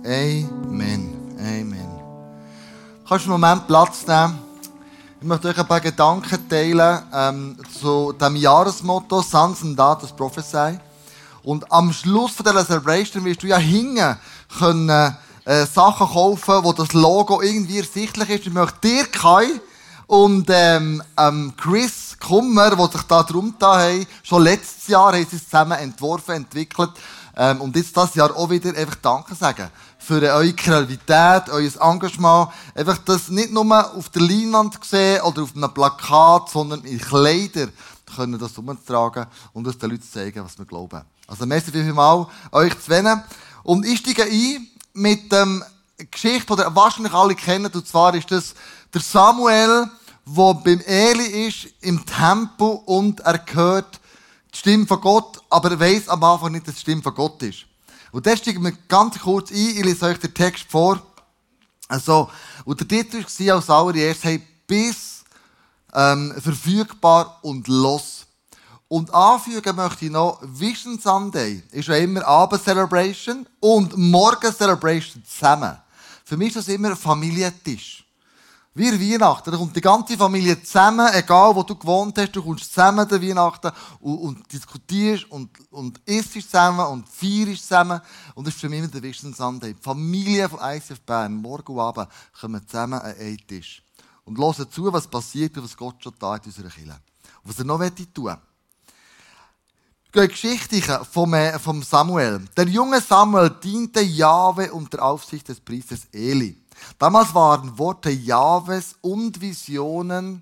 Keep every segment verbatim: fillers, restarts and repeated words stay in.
Amen. Amen. Kannst du einen Moment Platz nehmen? Ich möchte euch ein paar Gedanken teilen ähm, zu dem Jahresmotto Sons and Daughters Prophesy. Und am Schluss von dieser Celebration wirst du ja hingehen können, äh, Sachen kaufen, wo das Logo irgendwie ersichtlich ist. Ich möchte dir, Kai, und ähm, ähm, Chris Kummer, die sich da drum da haben, schon letztes Jahr haben sie es zusammen entworfen, entwickelt. Ähm, und jetzt dieses Jahr auch wieder einfach Danke sagen. Für eure Kreativität, euer Engagement. Einfach das nicht nur auf der Leinwand sehen oder auf einem Plakat, sondern in Kleider können das umtragen und das den Leuten zeigen, was wir glauben. Also merci vielmals euch zwei. Und ich steige ein mit der ähm, Geschichte, die ihr wahrscheinlich alle kennt. Und zwar ist das der Samuel, der beim Eli ist im Tempel und er hört die Stimme von Gott, aber er weiss am Anfang nicht, dass die Stimme von Gott ist. Und da steigen wir ganz kurz ein, ich lese euch den Text vor. Also, und der Titel war als allererstes, hey, bis ähm, verfügbar und los. Und anfügen möchte ich noch, Vision Sunday ist ja immer Abend-Celebration und Morgen-Celebration zusammen. Für mich ist das immer ein Familientisch. Wie Weihnachten, da kommt die ganze Familie zusammen, egal wo du gewohnt hast, du kommst zusammen an Weihnachten und, und diskutierst und, und isst zusammen und feierst zusammen. Und das ist für mich immer der Vision Sunday. Die Familie von I C F Bern, morgen und Abend, kommen zusammen an einen Tisch. Und hören zu, was passiert und was Gott schon da in unserer Kirche. Und was er noch tun will. Die Geschichte vom, vom Samuel. Der junge Samuel diente Jahwe unter Aufsicht des Priesters Eli. Damals waren Worte Jahwes und Visionen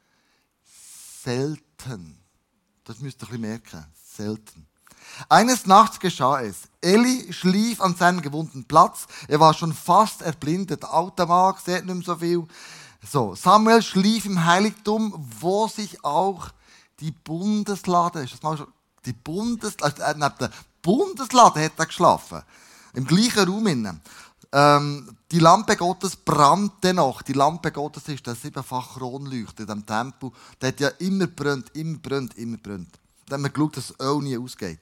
selten. Das müsst ihr ein bisschen merken. Selten. Eines Nachts geschah es. Eli schlief an seinem gewohnten Platz. Er war schon fast erblindet. Der alte Mann sieht nicht mehr so viel. So, Samuel schlief im Heiligtum, wo sich auch die Bundeslade, ist das mal schon, die Bundeslade, äh, neben der Bundeslade hat er geschlafen. Im gleichen Raum innen. Ähm, die Lampe Gottes brannte noch. Die Lampe Gottes ist der siebenfach Kronleuchter in diesem Tempel. Der hat ja immer brennt, immer brennt, immer brennt. Da haben wir geschaut, dass das Öl nie ausgeht.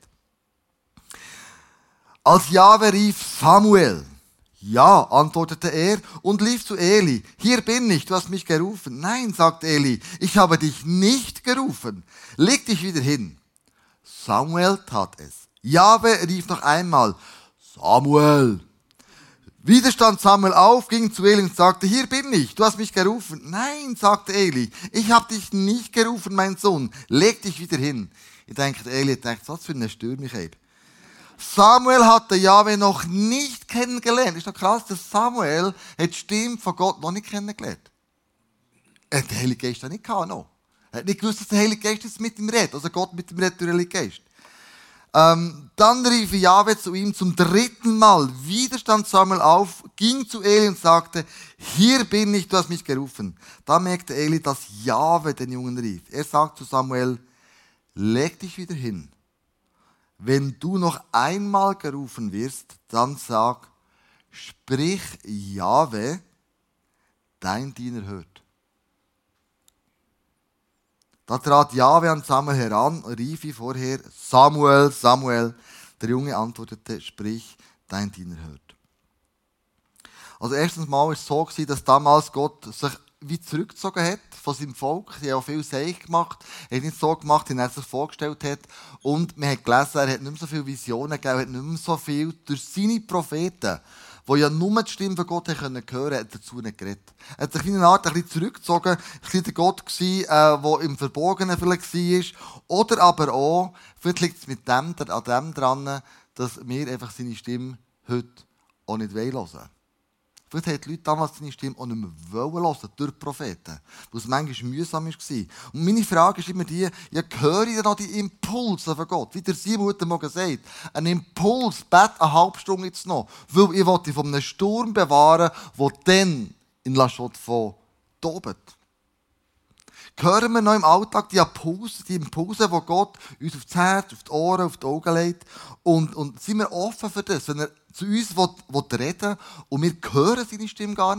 Als Jahwe rief Samuel. Ja, antwortete er und lief zu Eli. Hier bin ich, du hast mich gerufen. Nein, sagt Eli, ich habe dich nicht gerufen. Leg dich wieder hin. Samuel tat es. Jahwe rief noch einmal. Samuel. Wieder stand Samuel auf, ging zu Eli und sagte, hier bin ich, du hast mich gerufen. Nein, sagte Eli, ich habe dich nicht gerufen, mein Sohn, leg dich wieder hin. Ich denke, Eli denkt, was für eine Stürmigkeit. Samuel hatte Jahwe noch nicht kennengelernt. Ist doch krass, dass Samuel hat die Stimme von Gott noch nicht kennengelernt. Er hat den Heiligen Geist noch nicht gehabt, noch. Er hat nicht gewusst, dass der Heilige Geist jetzt mit ihm redet, also Gott mit ihm redet durch den Heiligen Geist. Ähm, dann rief Jahwe zu ihm zum dritten Mal. Wieder stand Samuel auf, ging zu Eli und sagte, hier bin ich, du hast mich gerufen. Da merkte Eli, dass Jahwe den Jungen rief. Er sagt zu Samuel, leg dich wieder hin. Wenn du noch einmal gerufen wirst, dann sag, sprich Jahwe, dein Diener hört. Da trat Jahwe an Samuel heran und rief wie vorher, Samuel, Samuel. Der Junge antwortete, sprich, dein Diener hört. Also erstens mal war es so, dass damals Gott sich wie zurückgezogen hat von seinem Volk. Sie haben auch viel Seich gemacht. Er hat nicht so gemacht, wie er sich vorgestellt hat. Und man hat gelesen, er hat nicht mehr so viele Visionen gegeben, er hat nicht mehr so viel durch seine Propheten, die ja nur die Stimme von Gott hören konnten, hat dazu nicht geredet. Er hat sich in einer Art ein bisschen zurückgezogen. Er war der Gott, der im Verborgenen vielleicht war. Oder aber auch, vielleicht liegt es mit dem, an dem dran, dass wir einfach seine Stimme heute auch nicht hören wollen. Vielleicht haben die Leute damals seine Stimme auch nicht mehr hören durch die Propheten, weil es manchmal mühsam war. Und meine Frage ist immer die, ja, höre ich noch die Impulse von Gott? Wie der Simon heute Morgen sagt, ein Impuls, bett eine halbe Stunde jetzt noch, weil ich will dich von einem Sturm bewahren, der dann in La Chaux-de-Fonds tobt. Hören wir noch im Alltag die Impulse, die Impulse, die Gott uns auf das Herz, auf die Ohren, auf die Augen legt. Und, und sind wir offen für das, wenn er zu uns will, will reden und wir hören seine Stimme gar nicht.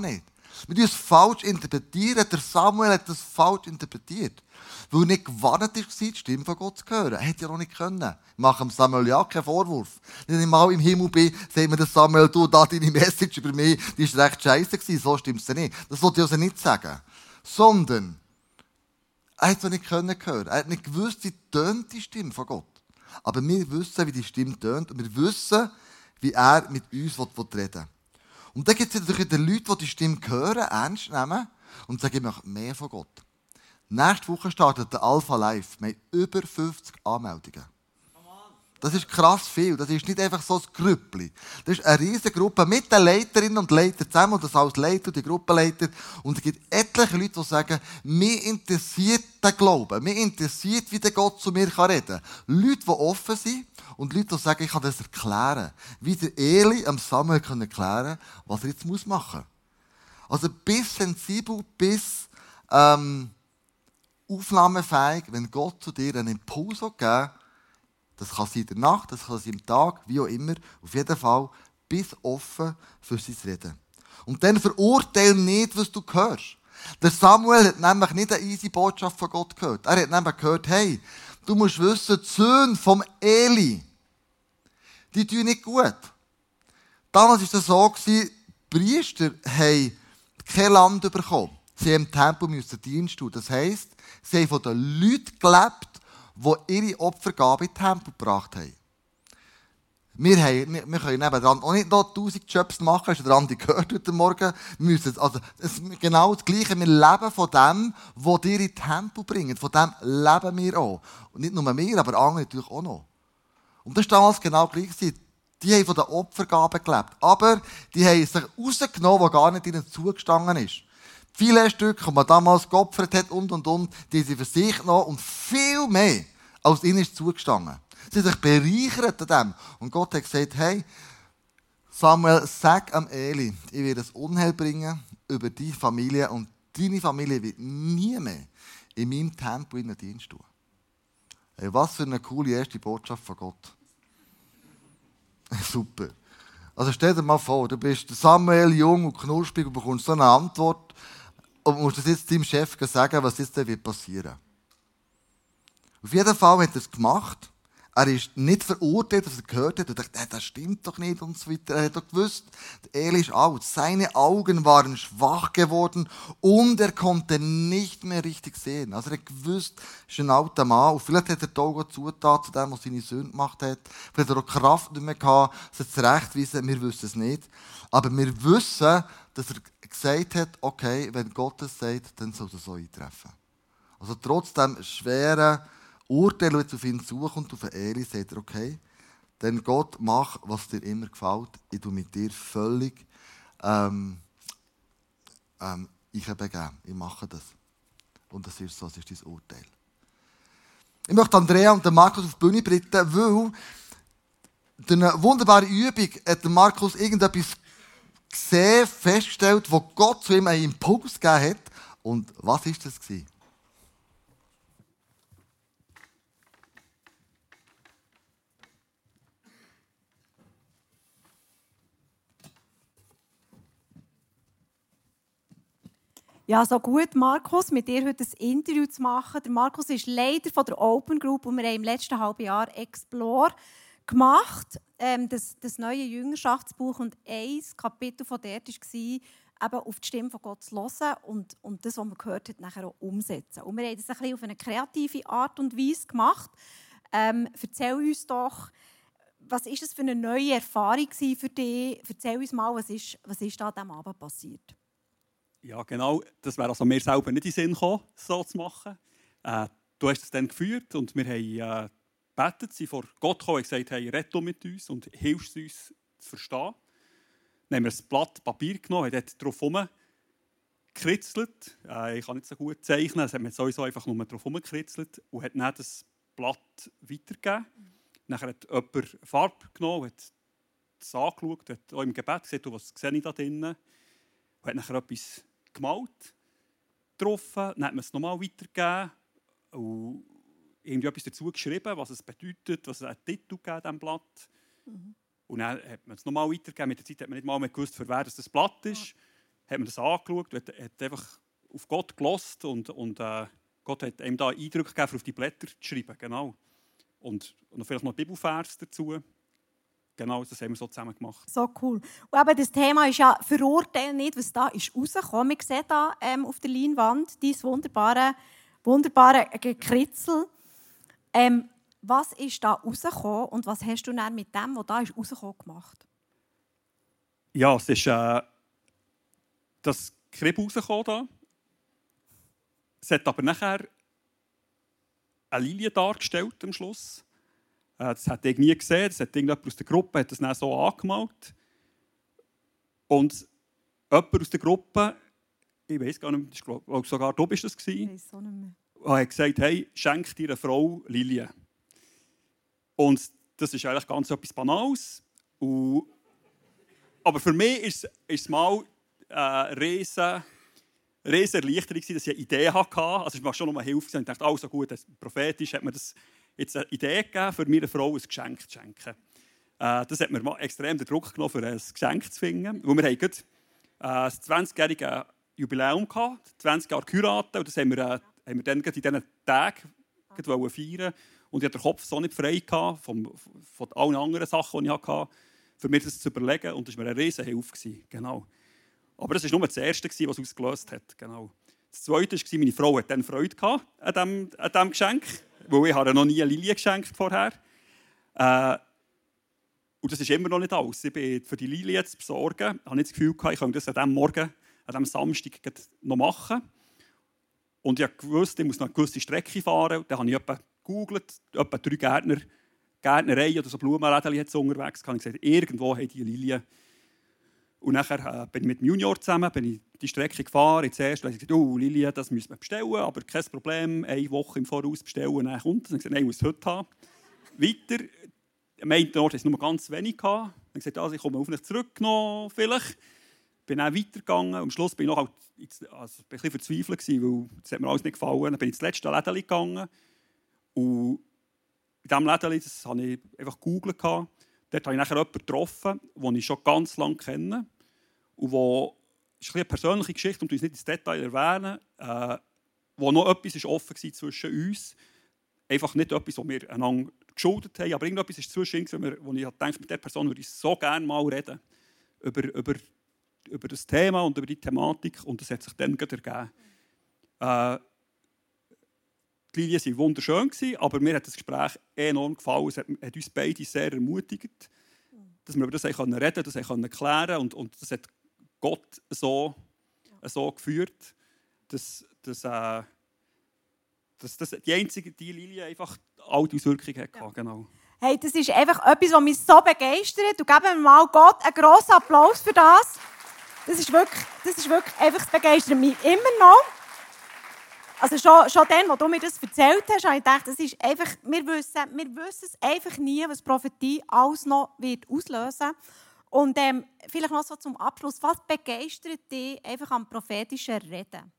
Wir interpretieren es falsch. Interpretieren. Der Samuel hat das falsch interpretiert. Weil er nicht gewarnt war, die Stimme von Gott zu hören. Er hätte ja noch nicht können. Ich mache dem Samuel ja keinen Vorwurf. Wenn ich mal im Himmel bin, sagt mir der Samuel, du, da deine Message über mich, die war recht scheisse gewesen. So stimmt es nicht. Das wollte ich also nicht sagen. Sondern, er hat es nicht können hören. Er hat nicht gewusst, wie tönt die Stimme von Gott. Aber wir wissen, wie die Stimme tönt. Und wir wissen, wie er mit uns reden will. Und dann gibt es natürlich die Leute, die die Stimme hören, ernst nehmen und sagen, ich möchte mehr von Gott. Nächste Woche startet der Alpha Live. Wir haben über fünfzig Anmeldungen. Das ist krass viel. Das ist nicht einfach so ein Grüppli. Das ist eine riesige Gruppe mit den Leiterinnen und Leitern zusammen und das als Leiter und die Gruppenleiter. Und es gibt etliche Leute, die sagen, mich interessiert der Glaube. Mich interessiert, wie der Gott zu mir reden kann. Leute, die offen sind und Leute, die sagen, ich kann das erklären. Wie der Eli am Samuel erklären kann, was er jetzt machen muss. Also bis sensibel, bis ähm, aufnahmefähig, wenn Gott zu dir einen Impuls geben will. Das kann sein in der Nacht, das kann sein am Tag, wie auch immer. Auf jeden Fall bis offen für sein Reden. Und dann verurteile nicht, was du hörst. Der Samuel hat nämlich nicht eine easy Botschaft von Gott gehört. Er hat nämlich gehört, hey, du musst wissen, die Söhne vom Eli, die tun nicht gut. Damals war es so, die Priester haben kein Land bekommen. Sie haben im Tempel müssen Dienst tun. Das heisst, sie haben von den Leuten gelebt, die ihre Opfergabe in den Tempel gebracht haben. Wir, haben, wir können nebendran auch nicht noch tausend Jobs machen, hast du den Andi gehört heute Morgen? Wir müssen, also, es ist genau das Gleiche. Wir leben von dem, was dir in den Tempel bringt. Von dem leben wir auch. Und nicht nur wir, aber andere natürlich auch noch. Und das war damals genau gleich. Die haben von den Opfergaben gelebt. Aber die haben sich rausgenommen, was gar nicht ihnen zugestanden ist. Viele Stücke, die man damals geopfert hat und und und, die sie für sich genommen und viel mehr als ihnen ist zugestanden. Sie haben sich bereichert an dem. Und Gott hat gesagt, hey, Samuel, sag am Eli, ich werde das Unheil bringen über deine Familie und deine Familie wird nie mehr in meinem Tempel in den Dienst tun. Hey, was für eine coole erste Botschaft von Gott. Super. Also stell dir mal vor, du bist Samuel, jung und knusprig und bekommst so eine Antwort und musst das jetzt deinem Chef sagen, was jetzt wird passieren. Auf jeden Fall hat er es gemacht. Er ist nicht verurteilt, was er gehört hat und dachte, das stimmt doch nicht und so weiter. Er hat doch gewusst, Eli ist alt. Seine Augen waren schwach geworden und er konnte nicht mehr richtig sehen. Also er hat gewusst, er ist ein alter Mann und vielleicht hat er die Augen zugetan zu dem, was seine Sünde gemacht hat. Vielleicht hat er auch Kraft nicht mehr gehabt, sie zurechtzuweisen. Wir wissen es nicht. Aber wir wissen, dass er gesagt hat, okay, wenn Gott es sagt, dann soll das so eintreffen. Also trotz dem schweren Urteil, das jetzt auf ihn zukommt, auf Eli, sagt er, okay, dann Gott, mach, was dir immer gefällt. Ich tue mit dir völlig ähm, ähm, ich begeben. Ich mache das. Und das ist so, das ist dein Urteil. Ich möchte Andrea und Markus auf die Bühne bitten, weil durch eine wunderbare Übung hat Markus irgendetwas gesehen, festgestellt, wo Gott zu ihm einen Impuls gegeben hat. Und was war das gewesen? Ja, so gut, Markus, mit dir heute ein Interview zu machen. Der Markus ist Leiter von der Open Group und wir haben im letzten halben Jahr Explore gemacht, ähm, das, das neue Jüngerschaftsbuch. Und ein Kapitel von dort war, eben auf die Stimme von Gott zu hören und, und das, was man gehört hat, nachher auch umsetzen. Und wir haben das ein bisschen auf eine kreative Art und Weise gemacht. Ähm, erzähl uns doch, was war das für eine neue Erfahrung für dich? Erzähl uns mal, was ist, was ist da an diesem Abend passiert? Ja, genau. Das wäre also mir selber nicht in den Sinn gekommen, so zu machen. Äh, du hast es dann geführt und wir haben äh, gebetet, sind vor Gott gekommen und gesagt, hey, red du mit uns und hilfst uns zu verstehen. Dann haben wir ein Blatt Papier genommen, haben dort drauf herumgekritzelt. Äh, ich kann nicht so gut zeichnen, das hat man sowieso einfach nur drauf herumgekritzelt und hat dann das Blatt weitergegeben. Mhm. Dann hat jemand Farbe genommen, hat es angeschaut, hat auch im Gebet gesagt, was sehe ich da drinnen? Und hat nachher etwas gemalt, getroffen, dann hat man es nochmal weitergegeben und irgendwie etwas dazu geschrieben, was es bedeutet, was es einen Titel gegeben diesem Blatt. Mhm. Und dann hat man es nochmal weitergegeben. Mit der Zeit hat man nicht mal mehr gewusst, für wer das Blatt ist. hat man das angeschaut, hat, hat einfach auf Gott gehört und, und äh, Gott hat ihm da Eindruck gegeben, auf die Blätter zu schreiben. Genau. Und, und vielleicht noch Bibelvers dazu. Genau, das haben wir so zusammen gemacht. So cool. Und eben das Thema ist ja «Verurteilen nicht», was da ist rausgekommen. Wir sehen hier ähm, auf der Leinwand dieses wunderbare, wunderbare Gekritzel. Ähm, was ist da rausgekommen und was hast du dann mit dem, was da ist rausgekommen, gemacht? Ja, es ist äh, das Kribbel rausgekommen da. Es hat aber nachher eine Lilie dargestellt am Schluss. Äh, das hat ich nie gesehen. Das hat irgendjemand aus der Gruppe hat das dann so angemalt. Und jemand aus der Gruppe, ich weiß gar nicht, ich glaube, sogar du bist das gewesen, Ich weiß auch nicht mehr. hat gesagt, hey, schenk deiner Frau Lilien. Und das ist eigentlich ganz etwas Banales. Und aber für mich ist es mal eine riesen, riesen Erleichterung, dass ich eine Idee hatte. Also es war schon noch eine Hilfe. Ich dachte, also gut, prophetisch hat mir das jetzt eine Idee gegeben, für meine Frau ein Geschenk zu schenken. Äh, das hat mir extrem den Druck genommen, für ein Geschenk zu finden. Weil wir hatten gerade äh, das zwanzigjährige Jubiläum gehabt, zwanzig Jahre geheiratet. Und das haben wir, äh, haben wir dann in diesen Tagen feiern. Und ich hatte den Kopf so nicht frei gehabt, von, von allen anderen Sachen, die ich hatte, für mich das zu überlegen. Und das war mir eine riesen Hilfe. Genau. Aber das war nur das Erste, was es ausgelöst hat. Genau. Das Zweite war, meine Frau hatte dann Freude an diesem, an diesem Geschenk, weil ich habe noch nie eine Lilie geschenkt vorher. Äh, und das ist immer noch nicht alles. Ich bin für die Lilie zu besorgen. Ich habe nicht das Gefühl, ich könnte das an diesem Morgen, an diesem Samstag noch machen. Und ich wusste, ich muss noch eine gewisse Strecke fahren. Dann habe ich etwa gegoogelt, etwa drei Gärtner, Gärtnerei oder so Blumenläden jetzt unterwegs. Habe ich gesagt, irgendwo haben die Lilien. Und nachher äh, bin ich mit dem Junior zusammen, bin ich die Strecke gefahren. Jetzt erst habe ich gesagt, oh, Lilien, das müssen wir bestellen, aber kein Problem, eine Woche im Voraus bestellen. Dann kommt es. Dann habe ich gesagt, nein, ich muss es heute haben. Weiter, am einen Ort hatte es nur ganz wenig. Dann habe ich gesagt, also, ich komme auf dich zurück noch, vielleicht. Bin dann weitergegangen. Am Schluss bin ich noch halt, also, bin ein bisschen verzweifelt, weil das hat mir alles nicht gefallen. Dann bin ich ins letzte Läden gegangen. Und in diesem Läden, das habe ich einfach gegoogelt. Dort habe ich nachher jemanden getroffen, den ich schon ganz lange kenne. Und wo, das ist eine persönliche Geschichte, und ich nicht ins Detail erwähnen, äh, wo noch etwas ist offen war zwischen uns. Einfach nicht etwas, was wir einander geschuldet haben, aber irgendetwas ist zwischen uns, wo ich dachte, mit dieser Person würde ich so gerne mal reden. Über, über, über das Thema und über die Thematik. Und das hat sich dann ergeben. Äh, Die Lilien waren wunderschön, aber mir hat das Gespräch enorm gefallen. Es hat, hat uns beide sehr ermutigt, dass wir über das reden konnten, das klären konnten. Und, und das hat Gott so, so geführt, dass, dass, äh, dass, dass die einzige die Lilie einfach all die Auswirkungen hatte. Ja. Genau. Hey, das ist einfach etwas, was mich so begeistert. Und geben wir mal Gott einen grossen Applaus für das. Das ist wirklich, das ist wirklich einfach, das begeistert mich immer noch. Also schon, schon dann, als du mir das erzählt hast, habe ich gedacht, das ist einfach, wir wissen, wir wissen es einfach nie, was Prophetie alles noch wird auslösen. Und ähm, vielleicht noch so zum Abschluss, was begeistert dich einfach am prophetischen Reden?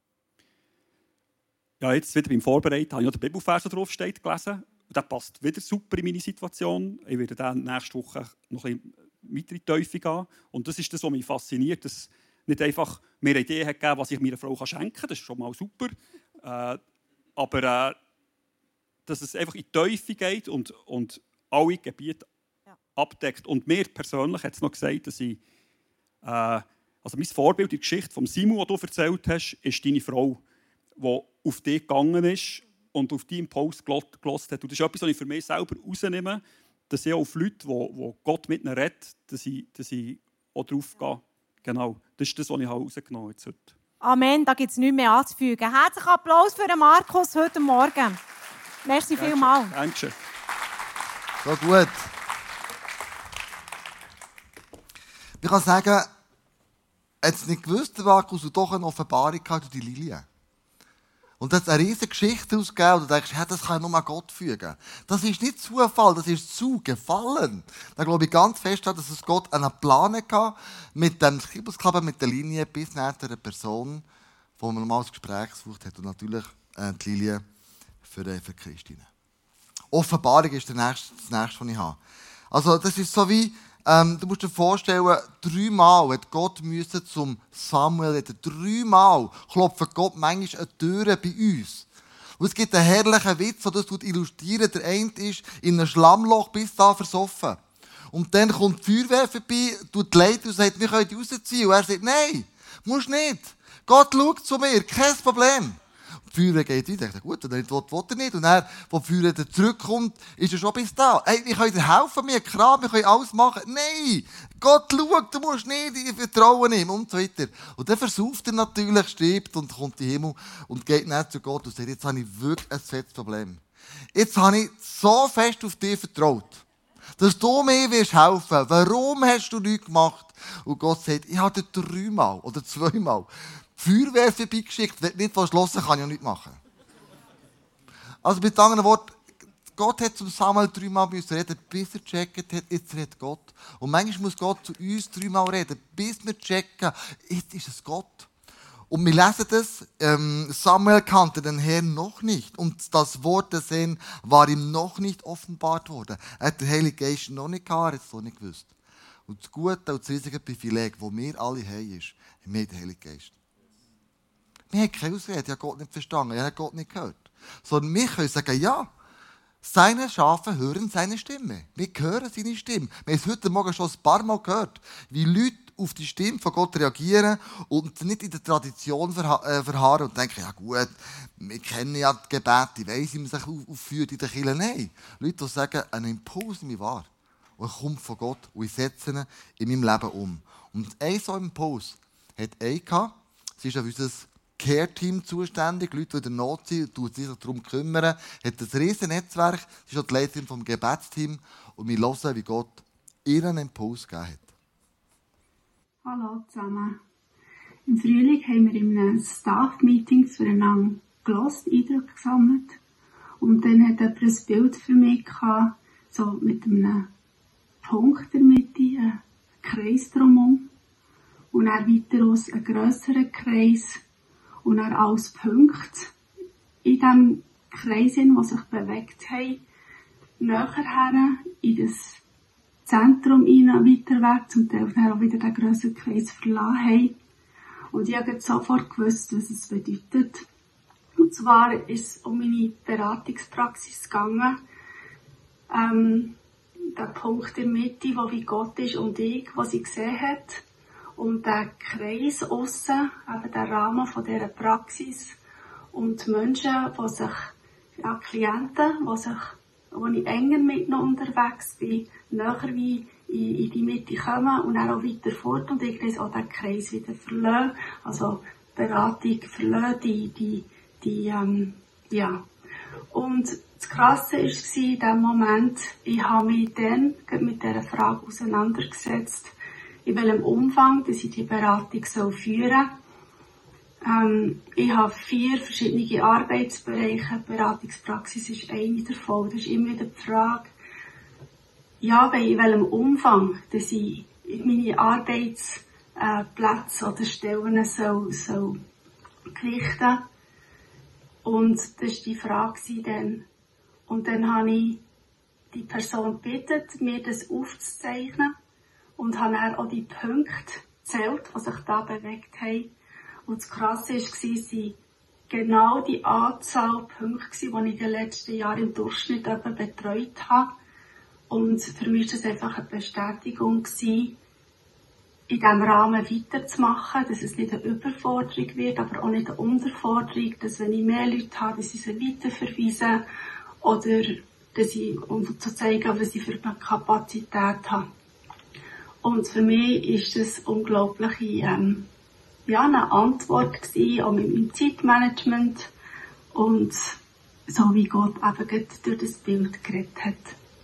Ja, jetzt wieder beim Vorbereiten habe ich noch den Bibelvers, der drauf steht, gelesen. Und der passt wieder super in meine Situation. Ich werde dann nächste Woche noch ein bisschen weiter in die Teufel gehen. Und das ist das, was mich fasziniert, dass nicht einfach mir eine Idee hat gegeben, was ich meiner Frau schenken kann. Das ist schon mal super. Äh, aber äh, dass es einfach in die Teufel geht und, und alle Gebiete ja. abdeckt. Und mir persönlich hat es noch gesagt, dass ich, äh, also mein Vorbild in der Geschichte von Simon, die du erzählt hast, ist deine Frau, die auf dich gegangen ist und auf deinen Impuls gehört hat. Und das ist etwas, was ich für mich selber rausnehme, dass ich auch auf Leute, die Gott mit ihnen redet, dass ich, dass ich auch drauf gehe. Genau, das ist das, was ich rausgenommen habe heute. Amen, da gibt es nichts mehr anzufügen. Herzlichen Applaus für den Markus heute Morgen. Merci vielmals. Dankeschön. So gut. Ich kann sagen, jetzt nicht gewusst, Markus, du doch eine Offenbarung durch die Lilie. Und das hat eine riesige Geschichte ausgegeben, und du denkst, hey, das kann nur mal Gott fügen. Das ist nicht Zufall, das ist zugefallen. Da glaube ich ganz fest, dass es Gott einen Plan hatte, mit dem Kibbelsklappen, mit der Linie, bis nach der Person, wo man mal das Gespräch gesucht hat. Und natürlich äh, die Lilie für, äh, für Christine. Offenbarung ist der nächste, das nächste, was ich habe. Also, das ist so wie Ähm, du musst dir vorstellen, dreimal hat Gott müssen zum Samuel reden. Dreimal klopft Gott manchmal an Türen bei uns. Und es gibt einen herrlichen Witz, der das illustriert. Der eine ist in einem Schlammloch bis da versoffen. Und dann kommt die Feuerwehr vorbei, tut die Leute und sagt, wir können die rausziehen. Und er sagt, nein, musst nicht. Gott schaut zu mir, kein Problem. Die Feuerwehr geht weiter. Ich sage, gut, dann will, will er nicht. Und dann, als die Feuerwehr zurückkommt, ist er schon bis da. Hey, wir können dir helfen, wir Kram, wir können alles machen. Nein, Gott schaut, du musst nicht, ich vertraue ihm und so weiter. Und dann versauft er natürlich, stirbt und kommt in den Himmel und geht nicht zu Gott und sagt, jetzt habe ich wirklich ein fettes Problem. Jetzt habe ich so fest auf dich vertraut, dass du mir helfen willst. Warum hast du nichts gemacht? Und Gott sagt, ich habe dir dreimal oder zweimal die Feuerwehr vorbeigeschickt. Wenn du nicht schlossen kann ich ja nichts machen. Also mit anderen Worten, Gott hat zum Samuel dreimal reden, bis er gecheckt hat, jetzt redet Gott. Und manchmal muss Gott zu uns dreimal reden, bis wir checken, jetzt ist es Gott. Und wir lesen das, ähm, Samuel kannte den Herrn noch nicht. Und das Wort des Herrn war ihm noch nicht offenbart worden. Er hat den Heiligen Geist noch nicht gehabt, er hat es noch nicht gewusst. Und das Gute und das riesige Privileg, das wir alle haben, ist, wir haben den Heiligen Geist. Wir haben keine Ausrede, ich habe Gott nicht verstanden, ich habe Gott nicht gehört. Sondern wir können sagen, ja, seine Schafe hören seine Stimme. Wir hören seine Stimme. Wir haben es heute Morgen schon ein paar Mal gehört, wie Leute auf die Stimme von Gott reagieren und nicht in der Tradition verharren und denken, ja gut, wir kennen ja die Gebete, ich weiss, wie man sich aufführt in der Kirche. Nein, Leute, die sagen, ein Impuls in mir wahr und er kommt von Gott und ich setze ihn in meinem Leben um. Und ein so Impuls hat eine gehabt, sie ist auf unser Care-Team zuständig, Leute, die in der Not sind, die sich darum kümmern, hat ein riesiges Netzwerk, sie ist auch die Leiterin vom Gebetsteam und wir hören, wie Gott ihren Impuls gegeben hat. Hallo zusammen. Im Frühling haben wir in einem Staff-Meeting zueinander gehört, Eindrücke gesammelt. Und dann hat jemand ein Bild für mich gehabt, so mit einem Punkt in der Mitte, einen Kreis drumherum. Und dann weiter aus einem grösseren Kreis. Und dann als Punkt in diesem Kreis, der sich bewegt hat, näher in das Zentrum rein, weiter weg, zum Teil dann auch wieder den grösseren Kreis verlassen haben. Und ich habe sofort gewusst, was es bedeutet. Und zwar ist es um meine Beratungspraxis gegangen. Ähm, der Punkt in der Mitte, wo wie Gott ist und ich, was sie gesehen hat. Und der Kreis aussen, eben der Rahmen von dieser Praxis. Und die Menschen, die sich, ja, Klienten, die sich, wo ich enger mit noch unterwegs bin, näher wie in, in die Mitte kommen und dann auch weiter fort und ich auch den Kreis wieder verlassen. Also Beratung verlassen, die, die, die, ähm, ja. Und das Krasse war in dem Moment, ich habe mich dann mit dieser Frage auseinandergesetzt, in welchem Umfang dass ich die Beratung führen soll. Ähm, ich habe vier verschiedene Arbeitsbereiche. Die Beratungspraxis ist eine davon. Das ist immer wieder die Frage, ja, in welchem Umfang dass ich meine Arbeitsplätze oder Stellen soll, soll gewichten. Und das war die Frage dann. Und dann habe ich die Person gebeten, mir das aufzuzeichnen. Und habe dann auch die Punkte gezählt, die sich da bewegt haben. Und das Krasse war, es waren genau die Anzahl Punkte, die ich in den letzten Jahren im Durchschnitt betreut habe. Und für mich war das einfach eine Bestätigung, in diesem Rahmen weiterzumachen, dass es nicht eine Überforderung wird, aber auch nicht eine Unterforderung, dass wenn ich mehr Leute habe, dass ich sie weiterverweise oder dass ich, um zu zeigen, was ich für eine Kapazität habe. Und für mich ist das unglaubliche, ähm, ja, eine Antwort gewesen, auch mit meinem Zeitmanagement und so wie Gott eben durch das Bild geredet hat.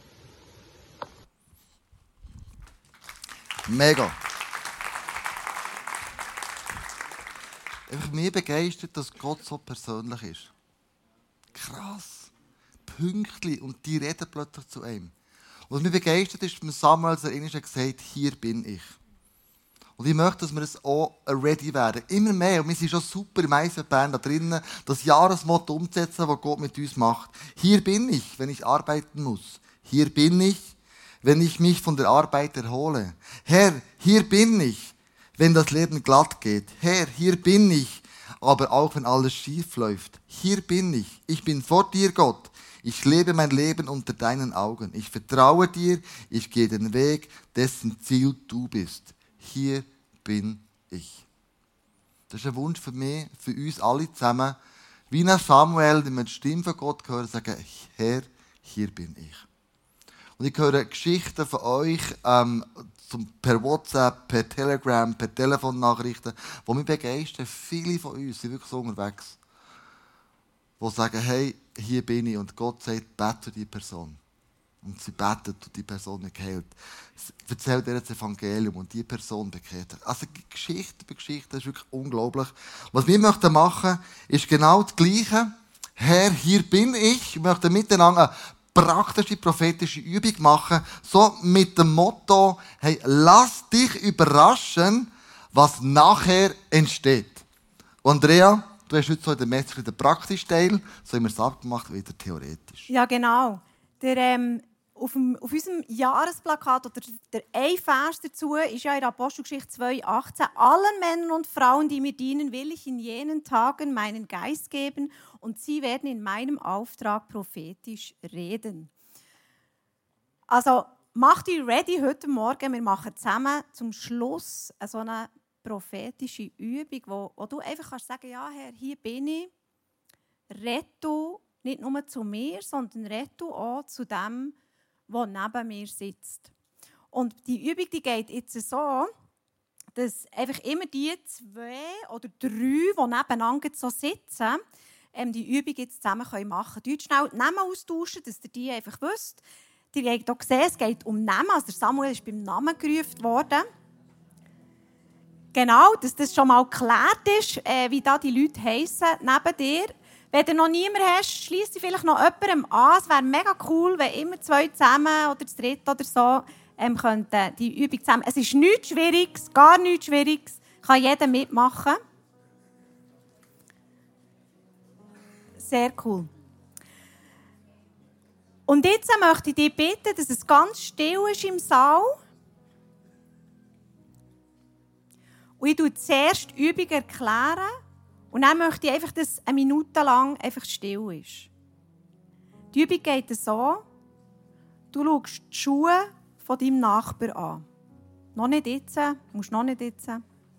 Mega. Einfach mich begeistert, dass Gott so persönlich ist. Krass. Pünktlich und die reden plötzlich zu einem. Was mich begeistert ist, dass Samuel als er gesagt hat, hier bin ich. Und ich möchte, dass wir es auch ready werden. Immer mehr. Und wir sind schon super im I C F-Band da drinnen, das Jahresmotto umzusetzen, das Gott mit uns macht. Hier bin ich, wenn ich arbeiten muss. Hier bin ich, wenn ich mich von der Arbeit erhole. Herr, hier bin ich, wenn das Leben glatt geht. Herr, hier bin ich, aber auch wenn alles schief läuft. Hier bin ich. Ich bin vor dir, Gott. Ich lebe mein Leben unter deinen Augen. Ich vertraue dir. Ich gehe den Weg, dessen Ziel du bist. Hier bin ich. Das ist ein Wunsch für mich, für uns alle zusammen, wie nach Samuel, wenn wir die Stimme von Gott hören, sagen, Herr, hier bin ich. Und ich höre Geschichten von euch ähm, zum, per WhatsApp, per Telegram, per Telefonnachrichten, die mich begeistern. Viele von uns sind wirklich so unterwegs, die sagen, hey, hier bin ich. Und Gott sagt, bete für die Person. Und sie betet und die Person nicht geheilt. Erzählt ihr das Evangelium und die Person bekehrt. Also Geschichte über Geschichte, das ist wirklich unglaublich. Was wir möchten machen, ist genau das Gleiche. Herr, hier bin ich. Wir möchten miteinander eine praktische prophetische Übung machen. So mit dem Motto, hey, lass dich überraschen, was nachher entsteht. Und Andrea, du hast heute so in der Messe den praktischen Teil, so haben wir es abgemacht, wieder theoretisch. Ja, genau. Der, ähm, auf, dem, auf unserem Jahresplakat oder der ein Vers dazu ist ja in der Apostelgeschichte zwei achtzehn. Allen Männern und Frauen, die mir dienen, will ich in jenen Tagen meinen Geist geben und sie werden in meinem Auftrag prophetisch reden. Also mach dich ready heute Morgen. Wir machen zusammen zum Schluss so eine prophetische Übung, wo, wo du einfach kannst sagen, ja Herr, hier bin ich. Red du nicht nur zu mir, sondern red du auch zu dem, der neben mir sitzt. Und die Übung die geht jetzt so, dass einfach immer die zwei oder drei, die nebeneinander so sitzen, ähm, die Übung jetzt zusammen machen können. Deutsch schnell die Namen austauschen, dass ihr die einfach wisst. Ihr habt auch gesehen, es geht um Namen. Also Samuel ist beim Namen gerufen worden. Genau, dass das schon mal geklärt ist, äh, wie da die Leute heissen neben dir. Wenn du noch niemanden hast, schliess dich vielleicht noch jemandem an. Es wäre mega cool, wenn immer zwei zusammen oder das dritte oder so ähm, könnten die Übung zusammen. Es ist nichts Schwieriges, gar nichts Schwieriges. Kann jeder mitmachen. Sehr cool. Und jetzt möchte ich dich bitten, dass es ganz still ist im Saal. Und ich erkläre zuerst die Übung erklären. Und dann möchte ich einfach, dass eine Minute lang einfach still ist. Die Übung geht so: Du schaust die Schuhe von deinem Nachbarn an. Noch nicht jetzt, du musst noch nicht jetzt.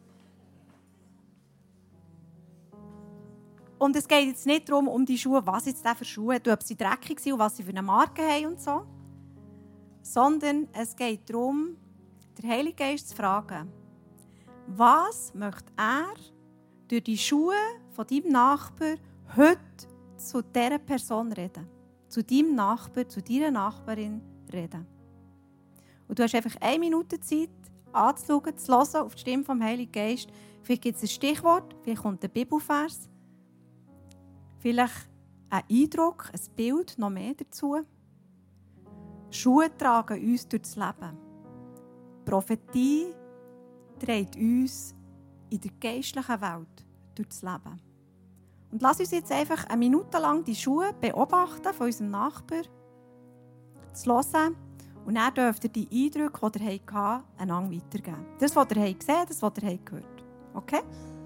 Und es geht jetzt nicht darum, um die Schuhe, was jetzt für Schuhe hat, ob sie dreckig sind und was sie für eine Marke haben und so. Sondern es geht darum, den Heiligen Geist zu fragen, was möchte er durch die Schuhe von deinem Nachbar heute zu dieser Person reden. Zu deinem Nachbar, zu deiner Nachbarin reden. Und du hast einfach eine Minute Zeit, anzuschauen, zu hören auf die Stimme vom Heiligen Geist. Vielleicht gibt es ein Stichwort, vielleicht kommt ein Bibelvers, vielleicht ein Eindruck, ein Bild, noch mehr dazu. Schuhe tragen uns durch das Leben. Prophetie trägt uns in der geistlichen Welt durch das Leben. Und lass uns jetzt einfach eine Minute lang die Schuhe beobachten von unserem Nachbarn, zu hören. Und dann dürft ihr die Eindrücke, die ihr hattet, einander weitergeben. Das, was ihr gesehen habt, das, was ihr gehört habt. Okay?